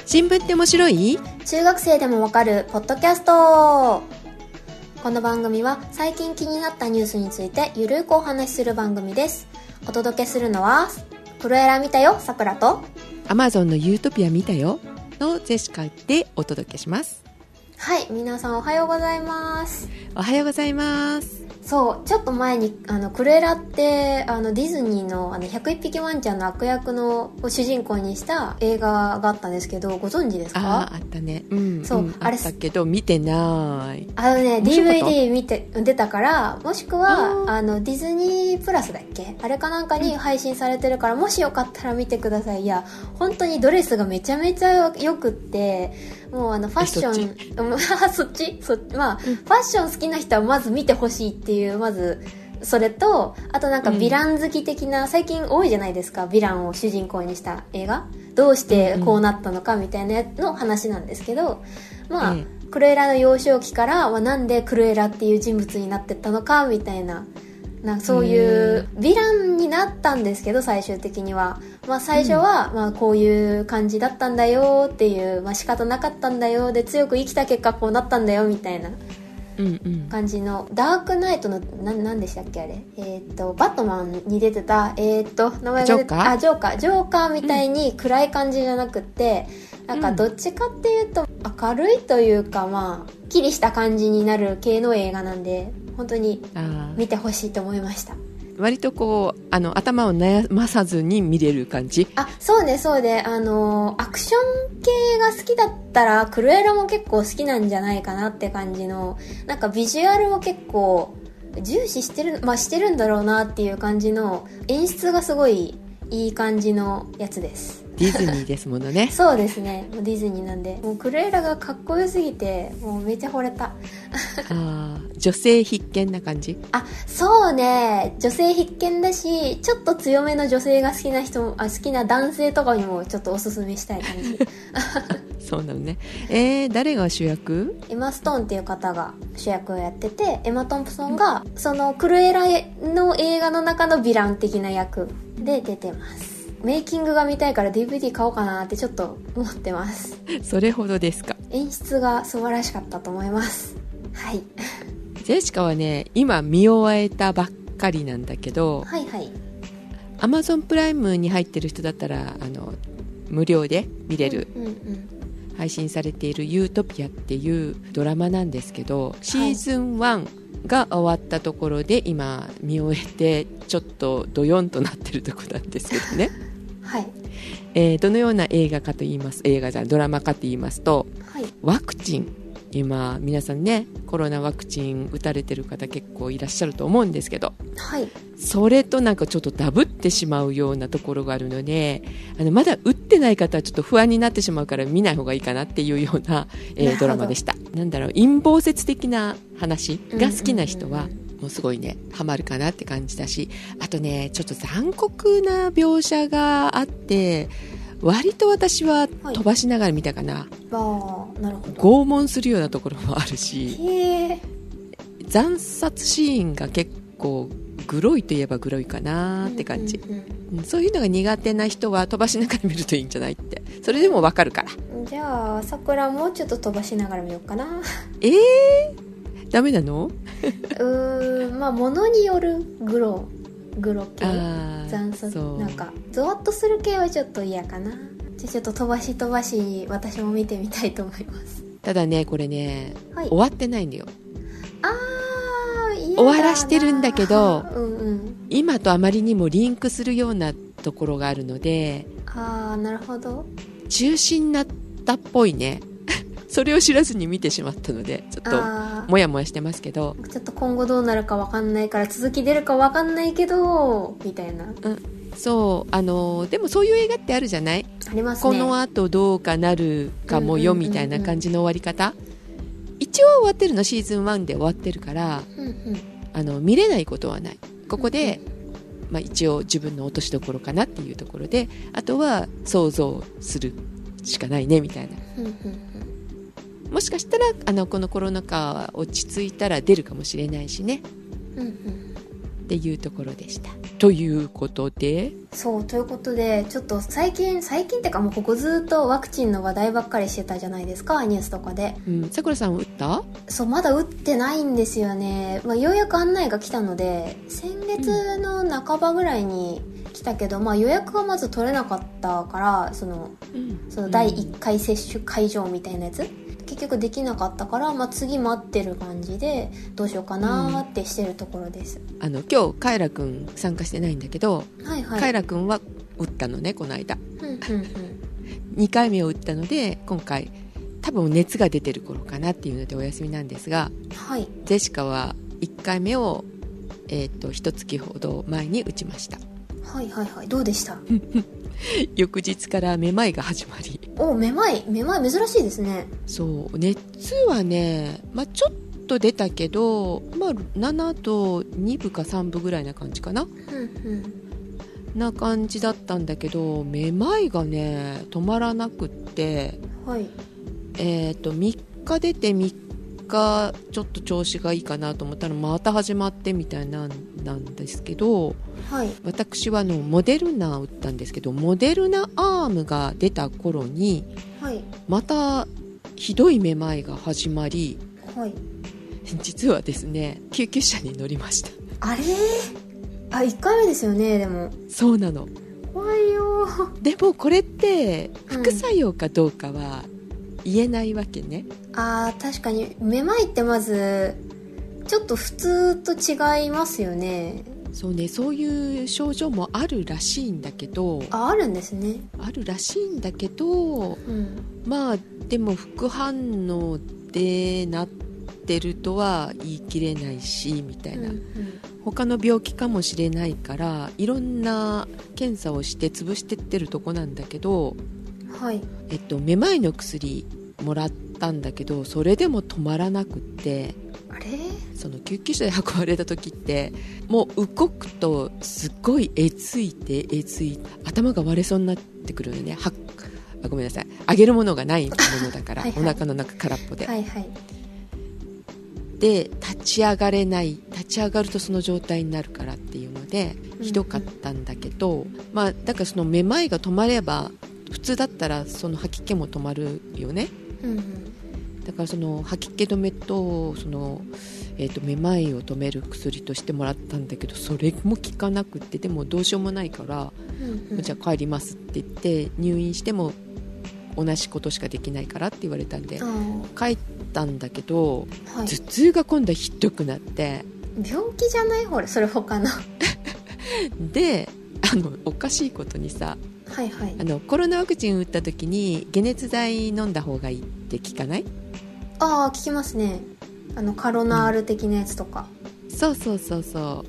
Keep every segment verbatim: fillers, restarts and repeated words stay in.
新聞って面白い？ 中学生でもわかるポッドキャスト。この番組は最近気になったニュースについてゆるくお話しする番組です。お届けするのはクロエラ見たよさくらと Amazon のユートピア見たよのジェシカでお届けします。 はい、皆さんおはようございます。 おはようございます。 そう、ちょっと前にあのクルエラってあのディズニーの、あのひゃくいっぴきワンちゃんの悪役のを主人公にした映画があったんですけど、ご存知ですか？ ああ、あったね。うん、 そう、 うん、あったけど見てない。 あのね ディーブイディー 見て出たから、もしくはあのディズニープラスだっけ、あれかなんかに配信されてるから、もしよかったら見てください。いや本当にドレスがめちゃめちゃよくって、もうあのファッションそっちそまあ、うん、ファッション好きな人はまず見てほしいっていう、まずそれと、あとなんかヴィラン好き的な、うん、最近多いじゃないですか、ヴィランを主人公にした映画、どうしてこうなったのかみたいなの話なんですけど、まあ、うん、クルエラの幼少期から、まあ、なんでクルエラっていう人物になってったのかみたいな、なそういうヴィランになったんですけど、最終的には、まあ、最初は、まあ、こういう感じだったんだよっていう、まあ、仕方なかったんだよで強く生きた結果こうなったんだよみたいな感じの、うんうん、ダークナイトのな何でしたっけあれ、えー、っとバットマンに出てた、えー、っと名前が出てあジョーカージョーカーみたいに暗い感じじゃなくて、うん、なんかどっちかっていうと明るいというか、まあキリした感じになる系の映画なんで、本当に見てほしいと思いました。 割とこうあの頭を悩まさずに見れる感じ。 あ、そうねそうで、あのアクション系が好きだったらクルエラも結構好きなんじゃないかなって感じの、なんかビジュアルも結構重視してる、まあしてるんだろうなっていう感じの演出がすごいいい感じのやつです。 ディズニーですものねそうですね、もうディズニーなんで、もうクルエラがかっこよすぎてもうめっちゃ惚れたあ、女性必見な感じ。 あ、そうね、女性必見だし、ちょっと強めの女性が好きな人も、あ、好きな男性とかにもちょっとおすすめしたい感じそうなのね。えー、誰が主役？ エマ・ストーンっていう方が主役をやってて、エマ・トンプソンがそのクルエラの映画の中のヴィラン的な役で出てます。メイキングが見たいから ディーブイディー 買おうかなってちょっと思ってます。 それほどですか。 演出が素晴らしかったと思います。はい。 ジェシカはね、今見終えたばっかりなんだけど、 はいはい。 Amazon プライムに入ってる人だったらあの無料で見れる、うんうんうん、配信されているユートピアっていうドラマなんですけど、シーズンワンが終わったところで今見終えてちょっとドヨンとなってるところなんですけどねはい、 えー、どのような映画かと言います映画じゃドラマかと言いますと、はい、ワクチン、今皆さんねコロナワクチン打たれてる方結構いらっしゃると思うんですけど、 はい、 それとなんかちょっとダブってしまうようなところがあるので、あのまだ打ってない方はちょっと不安になってしまうから見ない方がいいかなっていうような、えー、ドラマでした。なんだろう、陰謀説的な話が好きな人は、うんうんうん、もうすごいねハマるかなって感じだし、あとねちょっと残酷な描写があって割と私は飛ばしながら見たかな、はい、 あ、なるほど。 拷問するようなところもあるし、 へー、 惨殺シーンが結構グロいといえばグロいかなって感じ、うんうんうん、そういうのが苦手な人は飛ばしながら見るといいんじゃないって、それでもわかるから。 じゃあ桜もうちょっと飛ばしながら見ようかな。 えーダメなの？うーん、まあ物によるグログロ系、残殺、なんかゾワッとする系はちょっと嫌かな。じゃあちょっと飛ばし飛ばし私も見てみたいと思います。 ただねこれね、はい、終わってないんだよ。 あー、 終わらしてるんだけど、 うんうん、 今とあまりにもリンクするようなところがあるので、 あー、なるほど、 中止になったっぽいね。それを知らずに見てしまったのでちょっともやもやしてますけど、 ちょっと今後どうなるか分かんないから続き出るか分かんないけどみたいな、うん、 そうあのでもそういう映画ってあるじゃない、 ありますね。 この後どうかなるかもよみたいな感じの終わり方、一応終わってるのシーズンワンで終わってるから、うんうん、あの見れないことはない。ここで、うんうん、まあ、一応自分の落としどころかなっていうところで、あとは想像するしかないねみたいな、うんうんうん、もしかしたらあのこのコロナ禍落ち着いたら出るかもしれないしね、うんうん、 っていうところでした。ということでそうということでちょっと最近最近ってかもうここずっとワクチンの話題ばっかりしてたじゃないですか、ニュースとかで。 うん、さくらさん打った？ そうまだ打ってないんですよね、まあ、ようやく案内が来たので先月の半ばぐらいに来たけど、うん、まあ、予約がまず取れなかったからその、うん、そのだいいっかい接種会場みたいなやつ結局できなかったから、まあ、次待ってる感じでどうしようかなってしてるところです、 うん、あの今日カエラくん参加してないんだけど、 はいはい、 カエラくんは打ったのねこの間、 うんうんうん、 にかいめを打ったので今回多分熱が出てる頃かなっていうのでお休みなんですが、 はい、 ジェシカはいっかいめを、えー、といっかげつほど前に打ちました。 はいはいはい、どうでした？ 翌日からめまいが始まり。 お、めまいめまい珍しいですね。 そう熱はね、まあ、ちょっと出たけど、まあ、ななどにぶかさんぶぐらいな感じかな、 うんうんな感じだったんだけどめまいがね止まらなくって、 はい、 えー、とみっか出てみっかちょっと調子がいいかなと思ったらまた始まってみたいなんなんですけど、 はい、 私はあのモデルナを打ったんですけどモデルナアームが出た頃に、 はい、 またひどいめまいが始まり、 はい、 実はですね救急車に乗りました。 あれあ、いっかいめですよね。でもそうなの、 怖いよ。 でもこれって副作用かどうかは言えないわけね、 うん、あー確かにめまいってまずちょっと普通と違いますよね。 そうね、そういう症状もあるらしいんだけど、 あ、あるんですね。 あるらしいんだけど、 うん、 まあでも副反応でなってるとは言い切れないしみたいな、うんうん、他の病気かもしれないからいろんな検査をして潰してってるとこなんだけど、 はい、 えっと、めまいの薬もらったんだけどそれでも止まらなくって、 あれその救急車で運ばれた時ってもう動くとすっごいえついてえついて頭が割れそうになってくるよね。はあごめんなさい、あげるものがないものだからはい、はい、お腹の中空っぽで、 はいはい、 で立ち上がれない、立ち上がるとその状態になるからっていうのでひどかったんだけど、うんうん、まあだからそのめまいが止まれば普通だったらその吐き気も止まるよね、 うんうん、 だからその吐き気止めとその、えーと、めまいを止める薬としてもらったんだけどそれも効かなくって、でもどうしようもないから、うんうん、じゃあ帰りますって言って入院しても同じことしかできないからって言われたんで帰ったんだけど、はい、頭痛が今度はひどくなって病気じゃないほれそれ他のであのおかしいことにさ、 はいはい、 あのコロナワクチン打った時に解熱剤飲んだ方がいいって聞かない？ ああ聞きますね、あのカロナール的なやつとか、 うん、そうそうそうそう。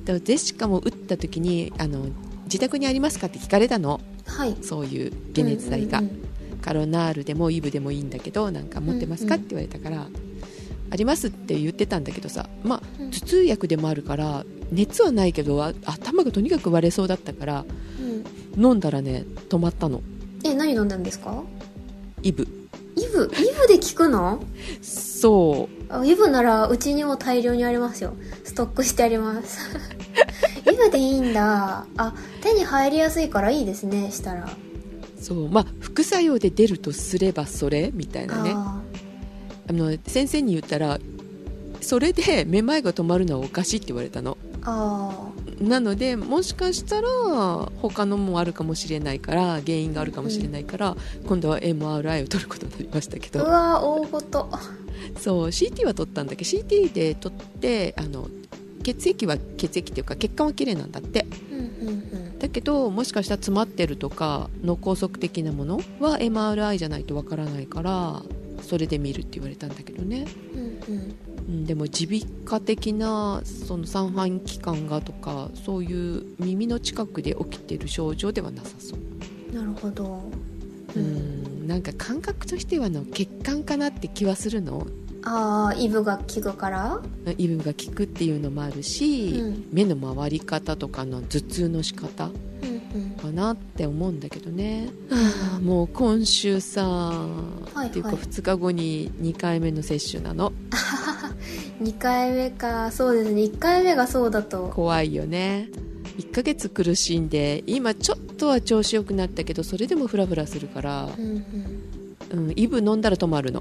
でジェシカも打った時にあの自宅にありますかって聞かれたの、 はい、 そういう解熱剤が、うんうんうん、カロナールでもイブでもいいんだけどなんか持ってますか、うんうん、って言われたからありますって言ってたんだけどさ、まあ、頭痛薬でもあるから熱はないけど頭がとにかく割れそうだったから、うん、飲んだらね止まったの。 え、何飲んだんですか？ イブ。 イブ？イブで効くの？ そうあ、イブならうちにも大量にありますよ。ストックしてありますイブでいいんだ。あ、手に入りやすいからいいですね。したらそう、まあ、副作用で出るとすればそれみたいなね。ああの先生に言ったらそれでめまいが止まるのはおかしいって言われたの。 あなのでもしかしたら他のもあるかもしれないから原因があるかもしれないから、うん、今度は エムアールアイ を取ることになりましたけど、 うわ大ごと。 そう シーティー は取ったんだけど シーティー で取ってあの血液は血液っていうか血管はきれいなんだって、 うんうんうん、 だけどもしかしたら詰まってるとか脳梗塞的なものは エムアールアイ じゃないとわからないからそれで見るって言われたんだけどね、 うんうんうん、でも耳鼻科的なその三半規管がとかそういう耳の近くで起きてる症状ではなさそう。 なるほど、 うん、うんなんか感覚としてはの血管かなって気はするの。 ああイブが効くからイブが効くっていうのもあるし、うん、目の回り方とかの頭痛の仕方かなって思うんだけどね、うんうん、もう今週さ、はいはい、っていうかふつかごににかいめの接種なのにかいめか。そうですね、いっかいめがそうだと怖いよね。いっかげつ苦しんで、今ちょっとは調子よくなったけど、それでもフラフラするから、うんうん、イブ飲んだら止まるの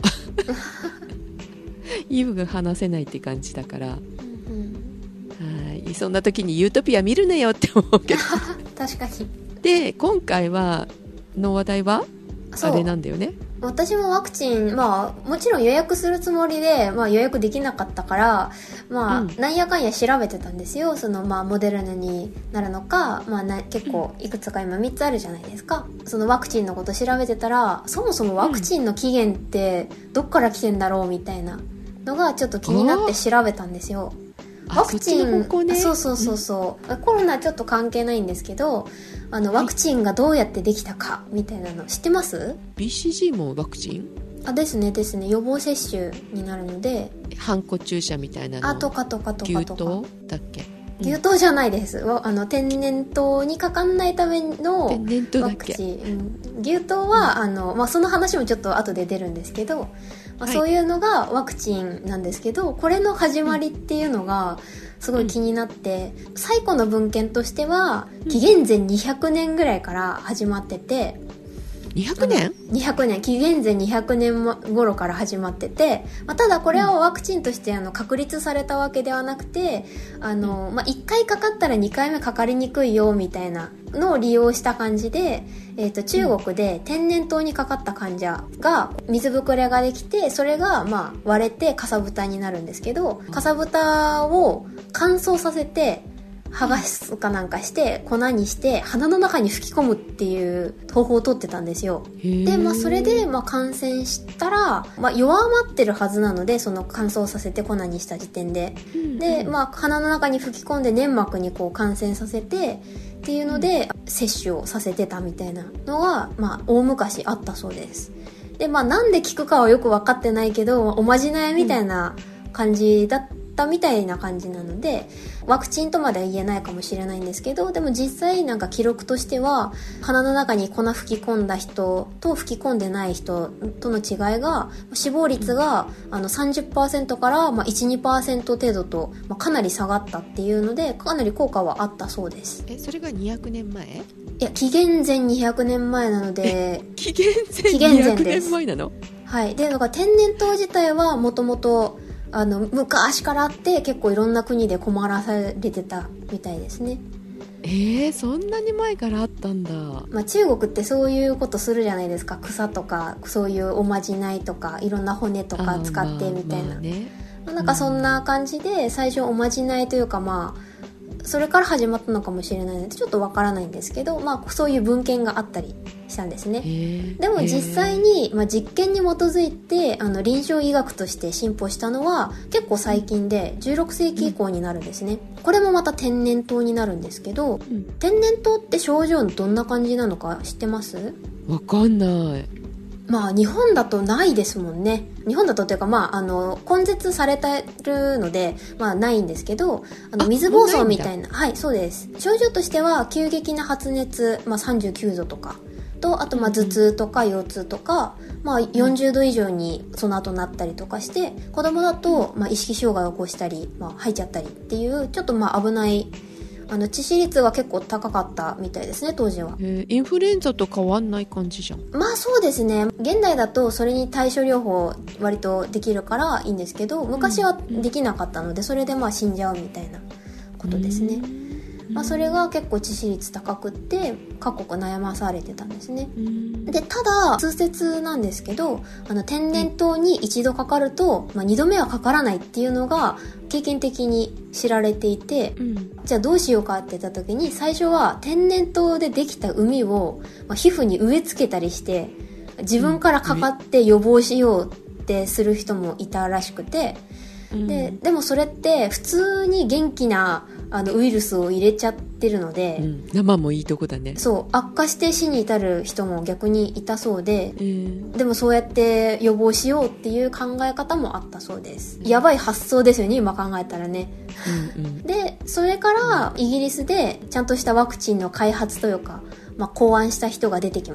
イブが話せないって感じだから、うんうん、はい、そんな時にユートピア見るねよって思うけど確かに。 で今回はの話題はあれなんだよね。 私もワクチン、まあもちろん予約するつもりで、まあ、予約できなかったから、まあ、うん、なんやかんや調べてたんですよ。そのまあモデルナになるのか、まあ、な結構いくつか今みっつあるじゃないですか。そのワクチンのこと調べてたら、そもそもワクチンの期限ってどっから来てんだろうみたいなのがちょっと気になって調べたんですよ。ワクチン、そ, ね、そうそうそうそう、うん、コロナちょっと関係ないんですけど、あのワクチンがどうやってできたかみたいなの知ってます？ ビーシージー もワクチン？ あ、ですねですね、予防接種になるので、 ハンコ注射みたいなの。 あ、とかとかとかとか。 牛痘だっけ？ 牛痘じゃないです。あの天然痘にかかんないためのワクチン。牛痘は、あの、まあ、その話もちょっと後で出るんですけど、まあ、そういうのがワクチンなんですけど、これの始まりっていうのがすごい気になって、うん、最古の文献としては紀元前にひゃくねんぐらいから始まってて、 にひゃくねん ? にひゃくねん、紀元前にひゃくねん頃から始まってて、まあ、ただこれはワクチンとしてあの確立されたわけではなくて、あの、まあ、いっかいかかったらにかいめかかりにくいよみたいなのを利用した感じで、えーと、中国で天然痘にかかった患者が水ぶくれができて、それがまあ割れてかさぶたになるんですけど、かさぶたを乾燥させて剥がすかなんかして粉にして鼻の中に吹き込むっていう方法をとってたんですよ。で、まあ、それでまあ感染したら、まあ、弱まってるはずなので、その乾燥させて粉にした時点で、うんうん、で、まあ、鼻の中に吹き込んで粘膜にこう感染させてっていうので、うん、接種をさせてたみたいなのが、まあ、大昔あったそうです。で、まあ、なんで効くかはよく分かってないけど、おまじないみたいな感じだったみたいな感じなので、ワクチンとまでは言えないかもしれないんですけど、でも実際なんか記録としては、鼻の中に粉吹き込んだ人と吹き込んでない人との違いが、死亡率があの さんじゅっパーセント からまあ いち、にパーセント 程度と、まあ、かなり下がったっていうので、かなり効果はあったそうです。 え、それがにひゃくねんまえ？ いや、紀元前にひゃくねんまえなので。 紀元前にひゃくねんまえなの？ はい。で、だから天然痘自体はもともとあの昔からあって、結構いろんな国で困らされてたみたいですね。 えー、そんなに前からあったんだ。 まあ、中国ってそういうことするじゃないですか。草とかそういうおまじないとかいろんな骨とか使ってみたいな、まあまあね、まあ、なんかそんな感じで最初おまじないというか、まあそれから始まったのかもしれないのでちょっとわからないんですけど、まあ、そういう文献があったりしたんですね。でも実際に、まあ、実験に基づいてあの臨床医学として進歩したのは結構最近でじゅうろくせいき以降になるんですね。これもまた天然痘になるんですけど、うん、天然痘って症状どんな感じなのか知ってます？ わかんない。 まあ日本だとないですもんね。日本だとっていうか、まああの根絶されてるのでまあないんですけど、あの水疱瘡みたいな、はい、そうです。症状としては急激な発熱、まあさんじゅうきゅうどとかと、あとまあ頭痛とか腰痛とか、まあよんじゅうど以上にその後なったりとかして、子供だとまあ意識障害を起こしたり、まあ吐いちゃったりっていうちょっとまあ危ないあの致死率は結構高かったみたいですね、当時は。 えー、インフルエンザと変わんない感じじゃん。 まあそうですね。現代だとそれに対処療法割とできるからいいんですけど、昔はできなかったので、それでまあ死んじゃうみたいなことですね。まあ、それが結構致死率高くって各国悩まされてたんですね。で、ただ通説なんですけど、あの天然痘に一度かかると、まあ、二度目はかからないっていうのが経験的に知られていて、うん、じゃあどうしようかって言った時に、最初は天然痘でできた膿を、まあ、皮膚に植え付けたりして自分からかかって予防しようってする人もいたらしくて、で, でもそれって普通に元気なあのウイルスを入れちゃってるので、うん、 生もいいとこだね。 そう悪化して死に至る人も逆にいたそうで、えー、でもそうやって予防しようっていう考え方もあったそうです、うん、やばい発想ですよね、今考えたらね、うんうん、でそれからイギリスでちゃんとしたワクチンの開発というか、まあ、考案した人が出てきます。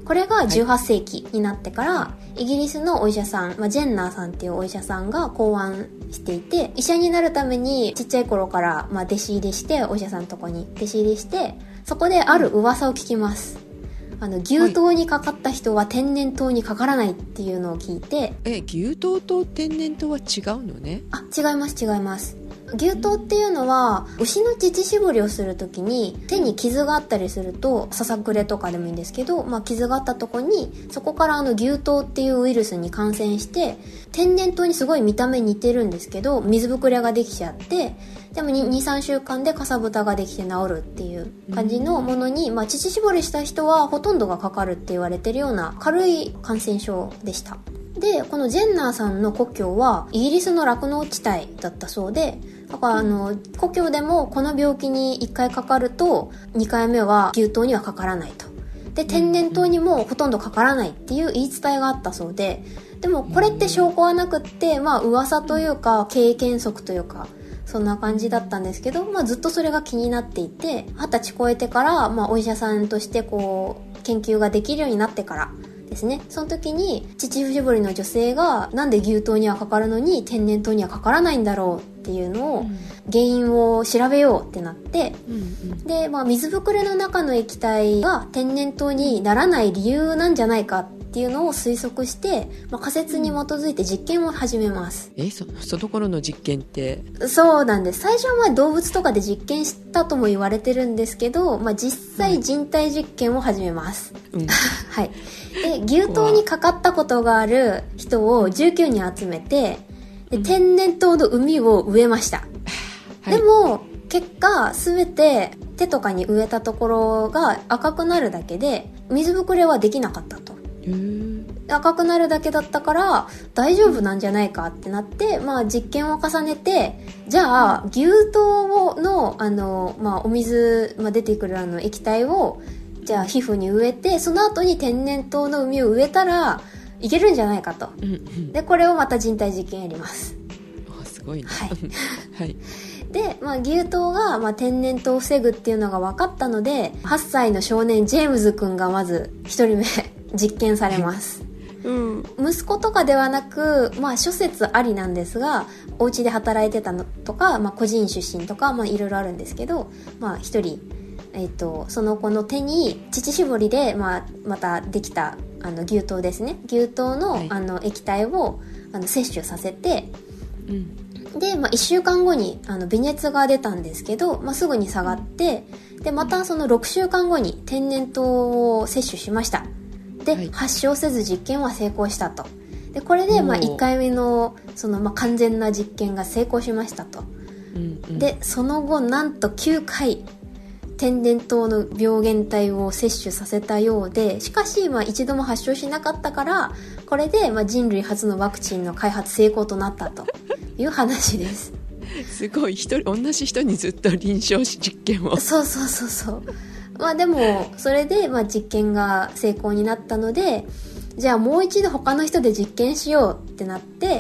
これがじゅうはっせいきになってから、はい、イギリスのお医者さん、まあ、ジェンナーさんっていうお医者さんが考案していて、医者になるためにちっちゃい頃から、まあ、弟子入りして、お医者さんのとこに弟子入りして、そこである噂を聞きます。あの牛痘にかかった人は天然痘にかからないっていうのを聞いて、はい、 え牛痘と天然痘は違うのね。 あ、違います違います。牛痘っていうのは牛の乳搾りをするときに手に傷があったりすると、ささくれとかでもいいんですけど、まあ、傷があったとこにそこからあの牛痘っていうウイルスに感染して、天然痘にすごい見た目似てるんですけど水ぶくれができちゃって、でも にさんしゅうかんでかさぶたができて治るっていう感じのものに、まあ、乳搾りした人はほとんどがかかるって言われてるような軽い感染症でした。でこのジェンナーさんの故郷はイギリスの酪農地帯だったそうで、だからあの故郷でもこの病気にいっかいかかるとにかいめは牛痘にはかからないと。で天然痘にもほとんどかからないっていう言い伝えがあったそうで、でもこれって証拠はなくって、まあ噂というか経験則というかそんな感じだったんですけど、まあ、ずっとそれが気になっていて、はたち超えてから、まあ、お医者さんとしてこう研究ができるようになってからですね、その時に乳搾りの女性がなんで牛痘にはかかるのに天然痘にはかからないんだろうっていうのを、原因を調べようってなって、うんうん、で、まあ、水ぶくれの中の液体が天然痘にならない理由なんじゃないかっていうのを推測して、まあ、仮説に基づいて実験を始めます。 え、そ、その頃の実験ってそうなんです。最初はまあ動物とかで実験したとも言われてるんですけど、まあ、実際人体実験を始めます、うん、はい。で牛痘にかかったことがある人をじゅうきゅうにん集めて、で天然痘の膿を植えました、はい、でも結果全て手とかに植えたところが赤くなるだけで水ぶくれはできなかったと。へー、赤くなるだけだったから大丈夫なんじゃないかってなって、まあ、実験を重ねて、じゃあ牛痘の、あの、まあ、お水、まあ、出てくるあの液体をじゃあ皮膚に植えて、その後に天然痘の膿を植えたらいけるんじゃないかと、うんうん、でこれをまた人体実験やります。 あ、すごいね。 はい、 はい、 で、まあ、牛痘が、まあ、天然痘を防ぐっていうのが分かったので、はっさいの少年ジェームズ君がまずひとりめ実験されます、うん、息子とかではなく、まあ、諸説ありなんですが、お家で働いてたのとか、まあ、個人出身とか、まあ、いろいろあるんですけど、まあ、ひとり、えーと、その子の手に乳搾りで、まあ、またできたあの牛痘ですね、牛痘 の,、はい、あの液体をあの摂取させて、うん、で、まあ、いっしゅうかんごにあの微熱が出たんですけど、まあ、すぐに下がって、でまたそのろくしゅうかんごに天然痘を摂取しました。で、はい、発症せず実験は成功したと。でこれでまあいっかいめの、そのまあ完全な実験が成功しましたと、うんうん、でその後なんときゅうかい天然痘の病原体を摂取させたようで、しかしまあ一度も発症しなかったから、これでまあ人類初のワクチンの開発成功となったという話ですすごい、一人同じ人にずっと臨床実験を。 そうそうそうそう。まあでもそれでまあ実験が成功になったので、じゃあもう一度他の人で実験しようってなって、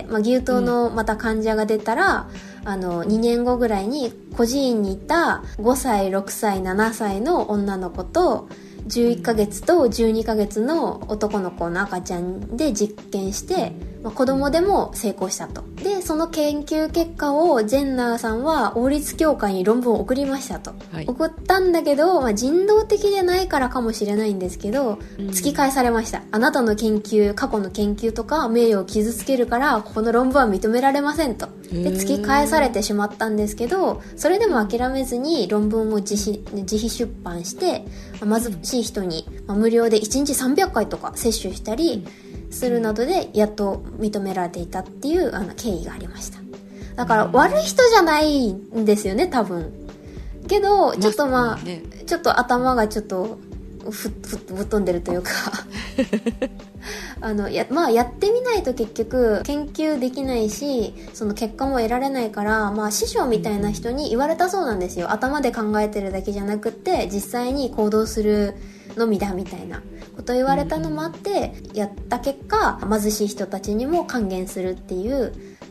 まあ、牛痘のまた患者が出たら、うん、あのにねんごぐらいに孤児院にいたごさいろくさいななさいの女の子とじゅういっかげつとじゅうにかげつの男の子の赤ちゃんで実験して、まあ、子供でも成功したと。でその研究結果をジェンナーさんは王立協会に論文を送りましたと、はい、送ったんだけど、まあ、人道的でないからかもしれないんですけど、うん、突き返されました。あなたの研究、過去の研究とか名誉を傷つけるからこの論文は認められませんと。で突き返されてしまったんですけど、それでも諦めずに論文を自費、自費出版して、貧しい人に無料でいちにちさんびゃっかいとか接種したりするなどでやっと認められていたっていうあの経緯がありました。だから悪い人じゃないんですよね多分。けどちょっとまあ、ね、ちょっと頭がちょっとふっふっぶっ飛んでるというかあのや、まあ、やってみないと結局研究できないし、その結果も得られないから、まあ、師匠みたいな人に言われたそうなんですよ。頭で考えてるだけじゃなくって実際に行動するのみだみたいなこと言われたのもあって、やった結果貧しい人たちにも還元するっていう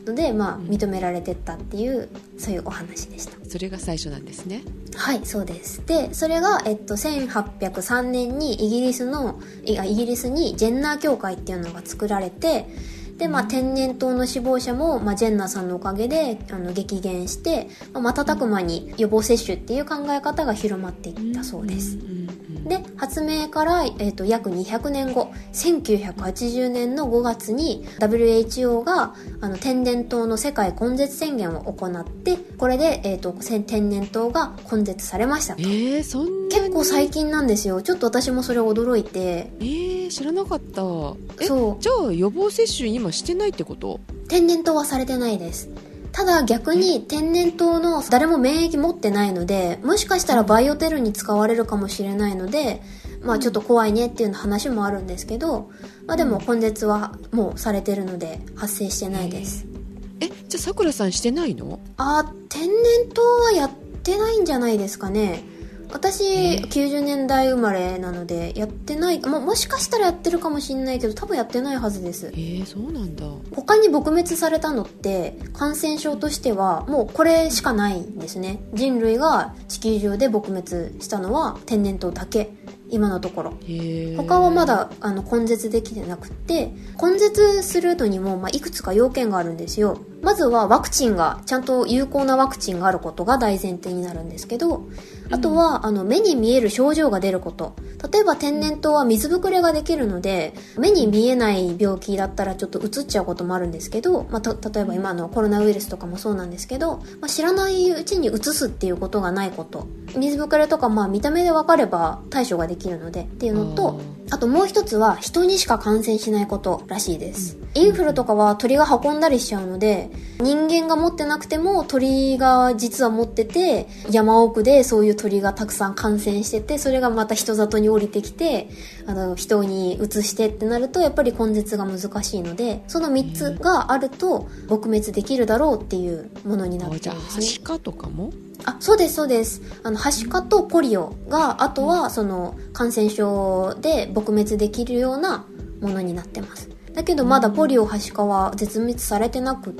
ので、まあ、認められてったっていうそういうお話でした。 それが最初なんですね。 はい、そうです。でそれが、えっと、せんはっぴゃくさんねんにイギリスのイギリスにジェンナー協会っていうのが作られて、で、まあ、天然痘の死亡者も、まあ、ジェンナーさんのおかげであの激減して、まあ、瞬く間に予防接種っていう考え方が広まっていったそうです。で発明から、えー、と約にひゃくねんごせんきゅうひゃくはちじゅうねんのごがつに ダブリューエイチオー があの天然痘の世界根絶宣言を行って、これで、えー、と天然痘が根絶されましたと。 えー、そんなに結構最近なんですよ。ちょっと私もそれ驚いて、 えー、知らなかった。えそうじゃあ予防接種今してないってこと？ 天然痘はされてないです。ただ逆に天然痘の誰も免疫持ってないので、もしかしたらバイオテロに使われるかもしれないので、まあちょっと怖いねっていう話もあるんですけど、まあでも根絶はもうされてるので発生してないです。 えじゃあさくらさんしてないの？ あ、天然痘はやってないんじゃないですかね。私きゅうじゅうねんだい生まれなのでやってない、も, もしかしたらやってるかもしれないけど多分やってないはずです。 えー、そうなんだ。 他に撲滅されたのって感染症としてはもうこれしかないんですね。人類が地球上で撲滅したのは天然痘だけ、今のところ。他はまだあの根絶できてなくて、根絶するのにも、まあ、いくつか要件があるんですよ。まずはワクチンがちゃんと有効なワクチンがあることが大前提になるんですけど、あとはあの目に見える症状が出ること。例えば天然痘は水ぶくれができるので、目に見えない病気だったらちょっとうつっちゃうこともあるんですけど、まあ、と例えば今のコロナウイルスとかもそうなんですけど、まあ、知らないうちにうつすっていうことがないこと。水ぶくれとかまあ見た目で分かれば対処ができるのでっていうのと、あともう一つは人にしか感染しないことらしいです。インフルとかは鳥が運んだりしちゃうので、人間が持ってなくても鳥が実は持ってて、山奥でそういう鳥がたくさん感染してて、それがまた人里に降りてきてあの人に移してってなるとやっぱり根絶が難しいので、そのみっつがあると撲滅できるだろうっていうものになってるんですね。 じゃあはしかとかも？ あ、そうですそうです。あのはしかとポリオが、あとはその感染症で撲滅できるようなものになってます。だけどまだポリオはしかは絶滅されてなくって、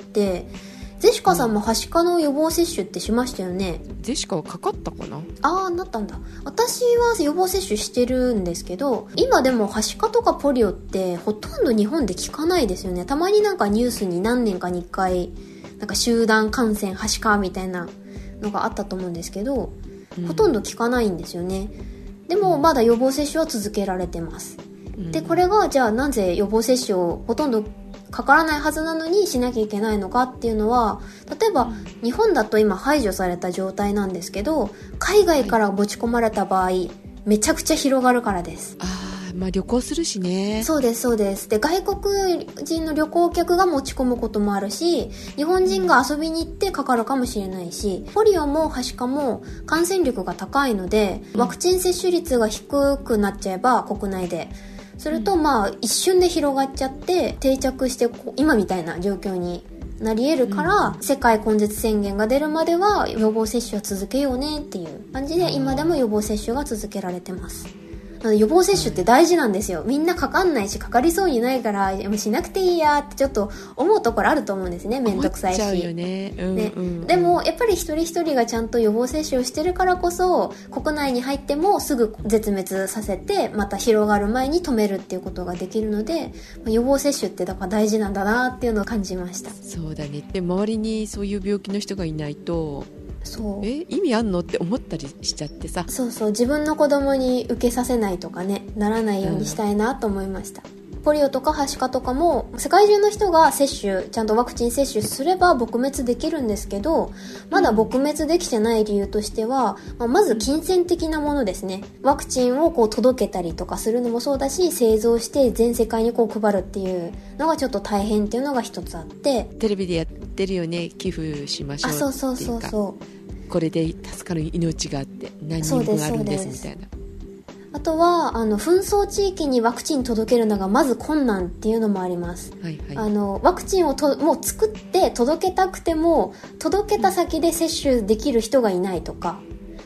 ゼシカさんもはしかの予防接種ってしましたよね。 ゼシカはかかったかな？ ああ、なったんだ。私は予防接種してるんですけど、今でもはしかとかポリオってほとんど日本で聞かないですよね。たまになんかニュースに何年かにいっかいなんか集団感染はしかみたいなのがあったと思うんですけど、ほとんど聞かないんですよね。でもまだ予防接種は続けられてます。でこれがじゃあなぜ予防接種をほとんどかからないはずなのにしなきゃいけないのかっていうのは、例えば日本だと今排除された状態なんですけど、海外から持ち込まれた場合めちゃくちゃ広がるからです。 あー、まあ旅行するしね。 そうですそうです。で外国人の旅行客が持ち込むこともあるし、日本人が遊びに行ってかかるかもしれないし、ポリオもはしかも感染力が高いので、ワクチン接種率が低くなっちゃえば国内ですると、まあ一瞬で広がっちゃって定着して今みたいな状況になり得るから、うん、世界根絶宣言が出るまでは予防接種を続けようねっていう感じで今でも予防接種が続けられてます。予防接種って大事なんですよ。みんなかかんないしかかりそうにないからしなくていいやってちょっと思うところあると思うんですね。めんどくさいし思っちゃうよね、うんうんうん、 ね。でもやっぱり一人一人がちゃんと予防接種をしてるからこそ、国内に入ってもすぐ絶滅させてまた広がる前に止めるっていうことができるので、予防接種ってだから大事なんだなっていうのを感じました。 そうだね。で周りにそういう病気の人がいないと、 そうえ意味あんのって思ったりしちゃってさ。 そうそう、自分の子供に受けさせないとかね、ならないようにしたいなと思いました、うん、ポリオとかはしかとかも世界中の人が接種ちゃんとワクチン接種すれば撲滅できるんですけど、まだ撲滅できてない理由としては、まあ、まず金銭的なものですね。ワクチンをこう届けたりとかするのもそうだし、製造して全世界にこう配るっていうのがちょっと大変っていうのが一つあって、 テレビでやってるよね、寄付しましょうっていうか、 あ、そうそうそうそう、 これで助かる命があって何人分あるんですみたいな。 あとはあの紛争地域にワクチン届けるのがまず困難っていうのもあります、はいはい、あのワクチンをともう作って届けたくても届けた先で接種できる人がいないとか、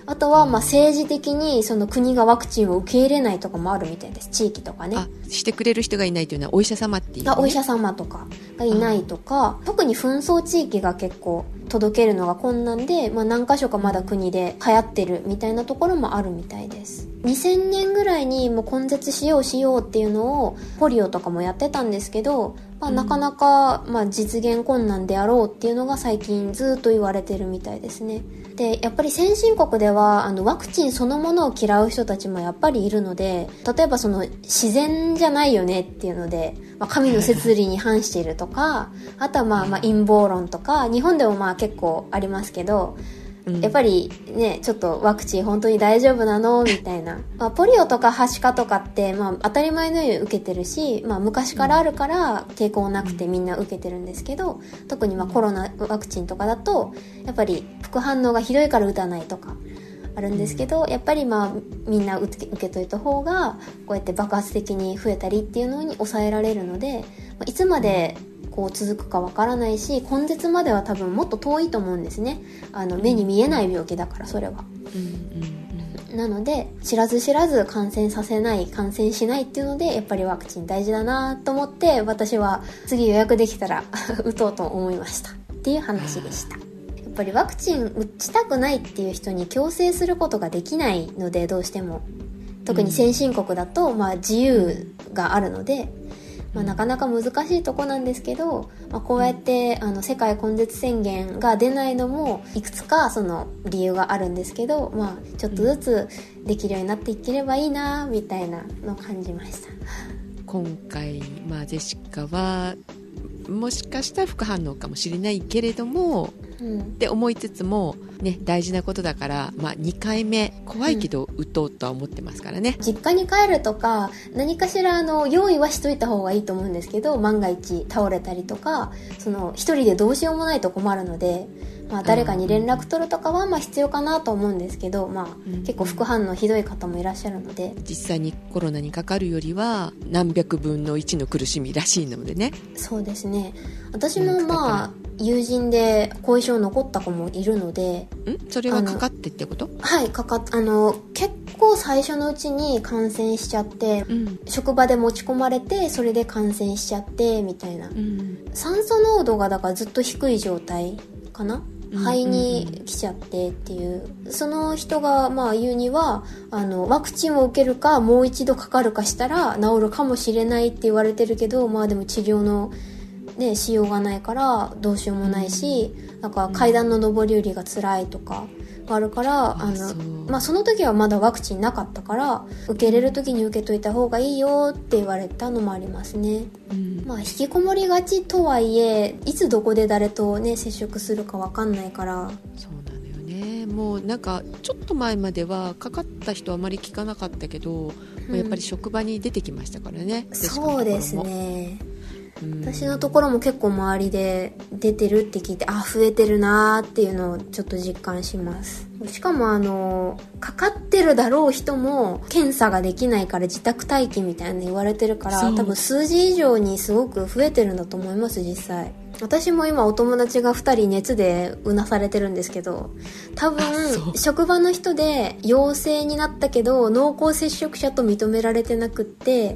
あとはまあ政治的にその国がワクチンを受け入れないとかもあるみたいです。地域とかね。 あ、してくれる人がいないというのはお医者様っていう、ね、 あ、お医者様とかがいないとか、特に紛争地域が結構届けるのが困難で、まあ、何箇所かまだ国で流行ってるみたいなところもあるみたいです。にせんねんぐらいにもう根絶しようしようっていうのをポリオとかもやってたんですけど、まあ、なかなかまあ実現困難であろうっていうのが最近ずっと言われてるみたいですね。でやっぱり先進国ではあのワクチンそのものを嫌う人たちもやっぱりいるので、例えばその自然じゃないよねっていうので、まあ、神の摂理に反しているとか、あとはまあまあ陰謀論とか、日本でもまあ結構ありますけど、やっぱりね、ちょっとワクチン本当に大丈夫なのみたいな、まあ、ポリオとかはしかとかって、まあ、当たり前のように受けてるし、まあ、昔からあるから抵抗なくてみんな受けてるんですけど、特にまあコロナワクチンとかだとやっぱり副反応がひどいから打たないとかあるんですけど、やっぱりまあみんな受け、受けといた方がこうやって爆発的に増えたりっていうのに抑えられるので、いつまでこう続くかわからないし、根絶までは多分もっと遠いと思うんですね。あの目に見えない病気だからそれは、うんうんうん、なので知らず知らず感染させない、感染しないっていうのでやっぱりワクチン大事だなと思って、私は次予約できたら打とうと思いましたっていう話でした。やっぱりワクチン打ちたくないっていう人に強制することができないので、どうしても特に先進国だとまあ自由があるので、まあ、なかなか難しいとこなんですけど、まあ、こうやってあの世界根絶宣言が出ないのもいくつかその理由があるんですけど、まあ、ちょっとずつできるようになっていければいいなみたいなのを感じました。 今回、まあ、ジェシカはもしかしたら副反応かもしれないけれども、うん、って思いつつも、ね、大事なことだから、まあ、にかいめ怖いけど打とうとは思ってますからね、 うん、実家に帰るとか何かしらあの用意はしといた方がいいと思うんですけど、万が一倒れたりとかその一人でどうしようもないと困るので、まあ、誰かに連絡取るとかはまあ必要かなと思うんですけど、まあ、結構副反応ひどい方もいらっしゃるので、 実際にコロナにかかるよりは何百分のいちの苦しみらしいのでね。 そうですね。私もまあ友人で後遺症残った子もいるので。 んそれはかかってってこと？ はいかかっあの結構最初のうちに感染しちゃって、うん、職場で持ち込まれてそれで感染しちゃってみたいな、うん、酸素濃度がだからずっと低い状態かな、肺に来ちゃってっていう、その人がまあ言うにはあのワクチンを受けるかもう一度かかるかしたら治るかもしれないって言われてるけど、まあでも治療のね、しようがないからどうしようもないし、なんか階段の上り下りが辛いとかがあるから、うん、あのまあ、その時はまだワクチンなかったから受けれる時に受けといた方がいいよって言われたのもありますね、うん、まあ引きこもりがちとはいえいつどこで誰とね接触するか分かんないから。 そうなのよね。もうなんかちょっと前まではかかった人はあまり聞かなかったけど、うん、やっぱり職場に出てきましたからね。 そうですね。私のところも結構周りで出てるって聞いて、あ、増えてるなーっていうのをちょっと実感します。しかもあのかかってるだろう人も検査ができないから自宅待機みたいな言われてるから、多分数字以上にすごく増えてるんだと思います。実際私も今お友達がふたり熱でうなされてるんですけど、多分職場の人で陽性になったけど濃厚接触者と認められてなくって、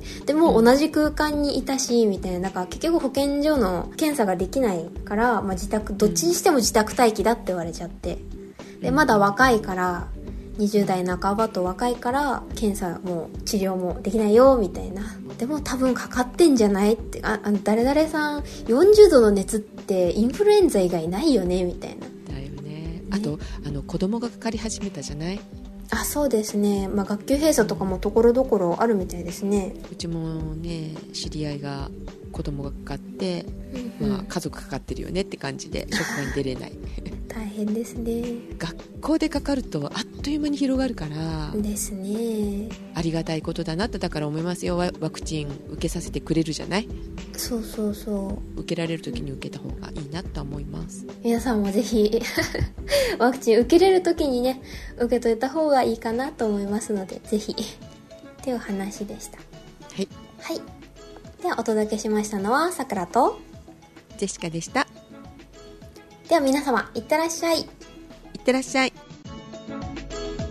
でも同じ空間にいたしみたいな、なんか結局保健所の検査ができないから、まあ、自宅どっちにしても自宅待機だって言われちゃって、でまだ若いからにじゅう代半ばと若いから検査も治療もできないよみたいな。でも多分かかってんじゃないって、ああの誰々さんよんじゅうどの熱ってインフルエンザ以外ないよねみたいな。 だよね。あとあの子供がかかり始めたじゃない。 あ、そうですね、まあ、学級閉鎖とかもところどころあるみたいですね。 うちもね知り合いが子供がかかって、うんうん、まあ、家族かかってるよねって感じで職場に出れない大変ですね。 学校でかかるとあっという間に広がるからですね。 ありがたいことだなってだから思いますよ。ワクチン受けさせてくれるじゃない。 そうそうそう、 受けられる時に受けた方がいいなと思います。 皆さんもぜひワクチン受けれる時にね受けといた方がいいかなと思いますので、ぜひっていう話でした。 はい、 はい、ではお届けしましたのはさくらとジェシカでした。 では皆様いってらっしゃい。 いってらっしゃい。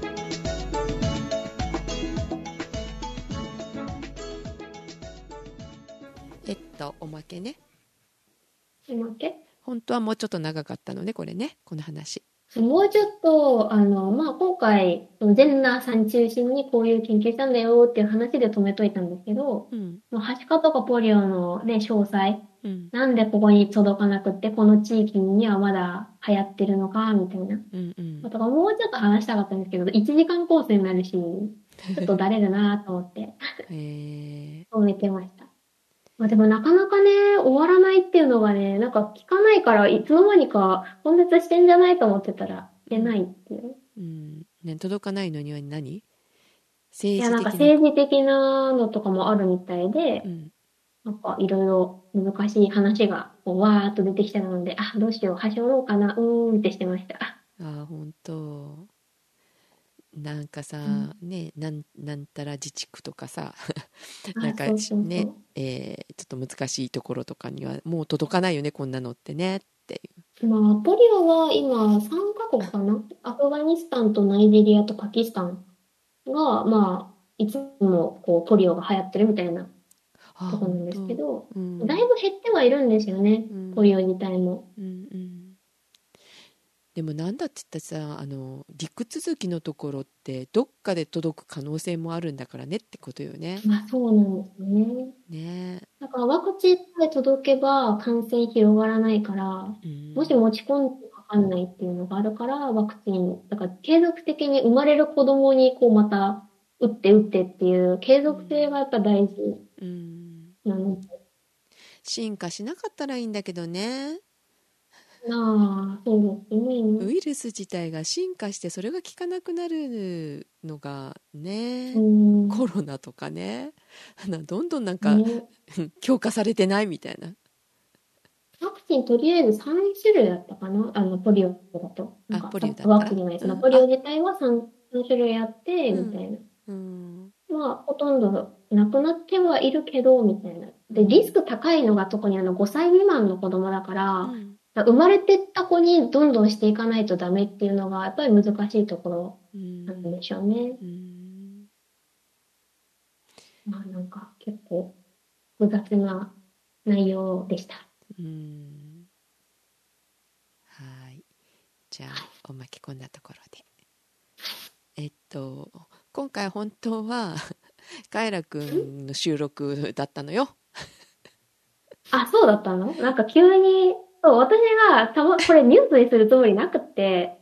えっとおまけね。 おまけ？ 本当はもうちょっと長かったのねこれね、この話。 もうちょっと、あの、まあ、今回、ジェンナーさん中心にこういう研究したんだよっていう話で止めといたんですけど、 うん、 まあ、はしかとかポリオのね、詳細、 うん、 なんでここに届かなくって、この地域にはまだ流行ってるのか、みたいな。 うんうん。 だからもうちょっと話したかったんですけど、いちじかんコースになるし、ちょっとだれるなと思って、 へえ。 止めてました。まあでもなかなかね、終わらないっていうのがね、なんか聞かないから、いつの間にか根絶してんじゃないと思ってたら、してないっていう。 うん、ね、届かないのには何？ いや、なんか政治的な。 政治的なのとかもあるみたいで、 うん。 なんかいろいろ難しい話がこうわーっと出てきたので、あ、どうしよう、はしょろうかな、うーんってしてました。 ああ、本当。なんかさ、 うん、 ね、なんなんたら自治区とかさなんあ、 かそうそうそね、えーちょっと難しいところとかにはもう届かないよねこんなのってねっていう。まあ、ポリオは今さんカ国かな。アフガニスタンとナイジェリアとパキスタンが、まあ、いつもこうポリオが流行ってるみたいなう。ああ、 とこなんですけ本当。 ど、 うん、 だいぶ減ってはいるんですよね、 うんポリオ自体も。 うんうん。でもなんだって言ったらさ、あの陸続きのところってどっかで届く可能性もあるんだからねってことよね。 まあそうなんですよね。 ねだからワクチンさえ届けば感染広がらないから、 え。うん。 もし持ち込んでかかんないっていうのがあるから、ワクチン、だから継続的に生まれる子供にこうまた打って打ってっていう継続性がやっぱ大事うん。 なので、 進化しなかったらいいんだけどね。 なあ、そうですね。 ウイルス自体が進化してそれが効かなくなるのがうね、コん、 ロナとかね、などんどんなんかね。 強化されてないみたいな。 ワクチンとりあえずさん種類だったかな、あの、ポリオだと。なんあ、 か、 ポリオだったら、 ワクチンじゃない、そのうん、あ、 ポリオ自体は さん, さん種類あって、 うん、 みたいな。 うん、 まあ、ほとんどなくなってはいるけど、みたいな。で、リスうん、 ク高いのが特にあのごさい未満の子供だから、 うん、 生まれてった子にどんどんしていかないとダメっていうのが、やっぱり難しいところうなんん、 でしょうね。 うん、 まあ、なんか結構複雑な内容でした。 うん。はい。じゃあ、おまけこんなところで。えっと、今回本当は、カエラくんの収録だったのよ。 あ、そうだったの？なんか急に、そう、私がたま、これニュースにするつもりなくって、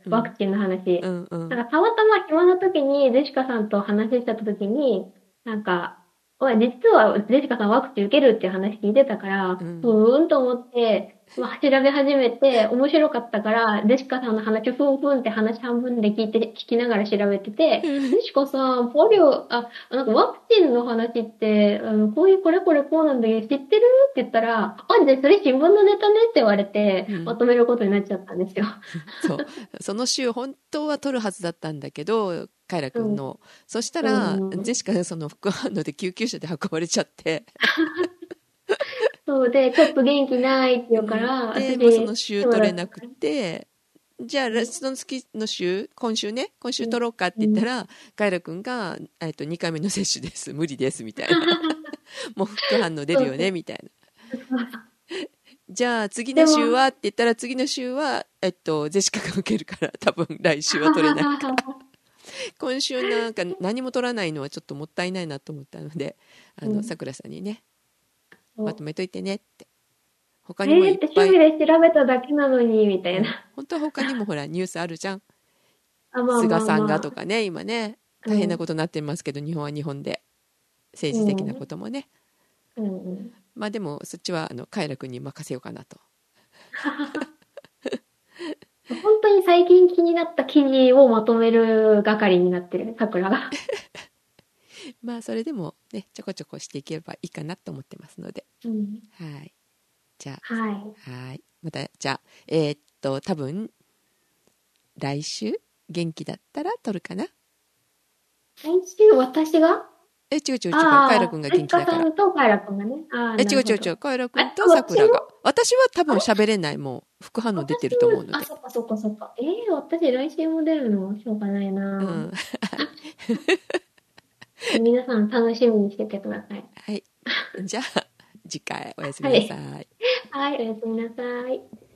うん、 ワクチンの話。 うん、うん、 なんかたまたま暇な時に、ジェシカさんと話してた時に、なんか、おい、実はジェシカさんワクチン受けるっていう話聞いてたから、ううん。 ーんと思って、まあ、調べ始めて、面白かったから、ジェシカさんの話、ふんふんって話半分で聞いて、聞きながら調べてて、ジェシカさん、ポリオ、あ、なんかワクチンの話って、あの、こういうこれこれこうなんだけど、知ってるって言ったら、あ、じゃあそれ新聞のネタねって言われて、 うん、 まとめることになっちゃったんですよ。 そうその週本当は撮るはずだったんだけどカイラうん。 君のそしたうらジェん。 シカがその副反応で救急車で運ばれちゃってそうで、ちょっと元気ないって言うかうんら、 で私、 もうその週今取れなくだったから。 てじゃあうん。 その月の週今週ね今週うん。 取ろうかってうん。 言ったらカイラ君が、えっと、にかいめの接種です無理ですみたいなもう副反応出るよそうそう。 ねみたいなじゃあ次のでも、 週はって言ったら次の週は、えっと、ジェシカが受けるから多分来週は取れないから今週なんか何も取らないのはちょっともったいないなと思ったのであうん。 のさくらさんにねまとそう。 めといてねって他えにもいーってっぱい、 趣味で調べただけなのに、みたうん、 いな。 本当は他にもほらニュースあるじゃんあ、まあまあ菅さんがとまあ。 かね今ね大変なうん。 ことになってますけど日本は日本でう政治的なこん。 ともねうん。うん。 まあでもそっちはあのカイラ君に任せようかなと本当に最近気になった記事をまとめる係になってる、桜が。 まあそれでもねちょこちょこしていければいいかなと思ってますのでうん。 はいじゃはい。 あはいまたじゃあえーっと多分来週元気だったら撮るかな来週、私がえ違う違う違うカイラああ、 君がジェシカ元気だからさんとカイラ君がね。ああ、 え、 なるほど。 違う違う違う。カエラあ、 くんとさくらが。 私も私は多分あれ喋れない。もう、副反応出てると思う私も、あ、 ので。 そっかそっかそっか。ええー、私来週も出るのしょうがないな。 うん。 皆さん楽しみにしててください。 はい。じゃあ、 次回おやすみなさい。 はい、おやすみなさい。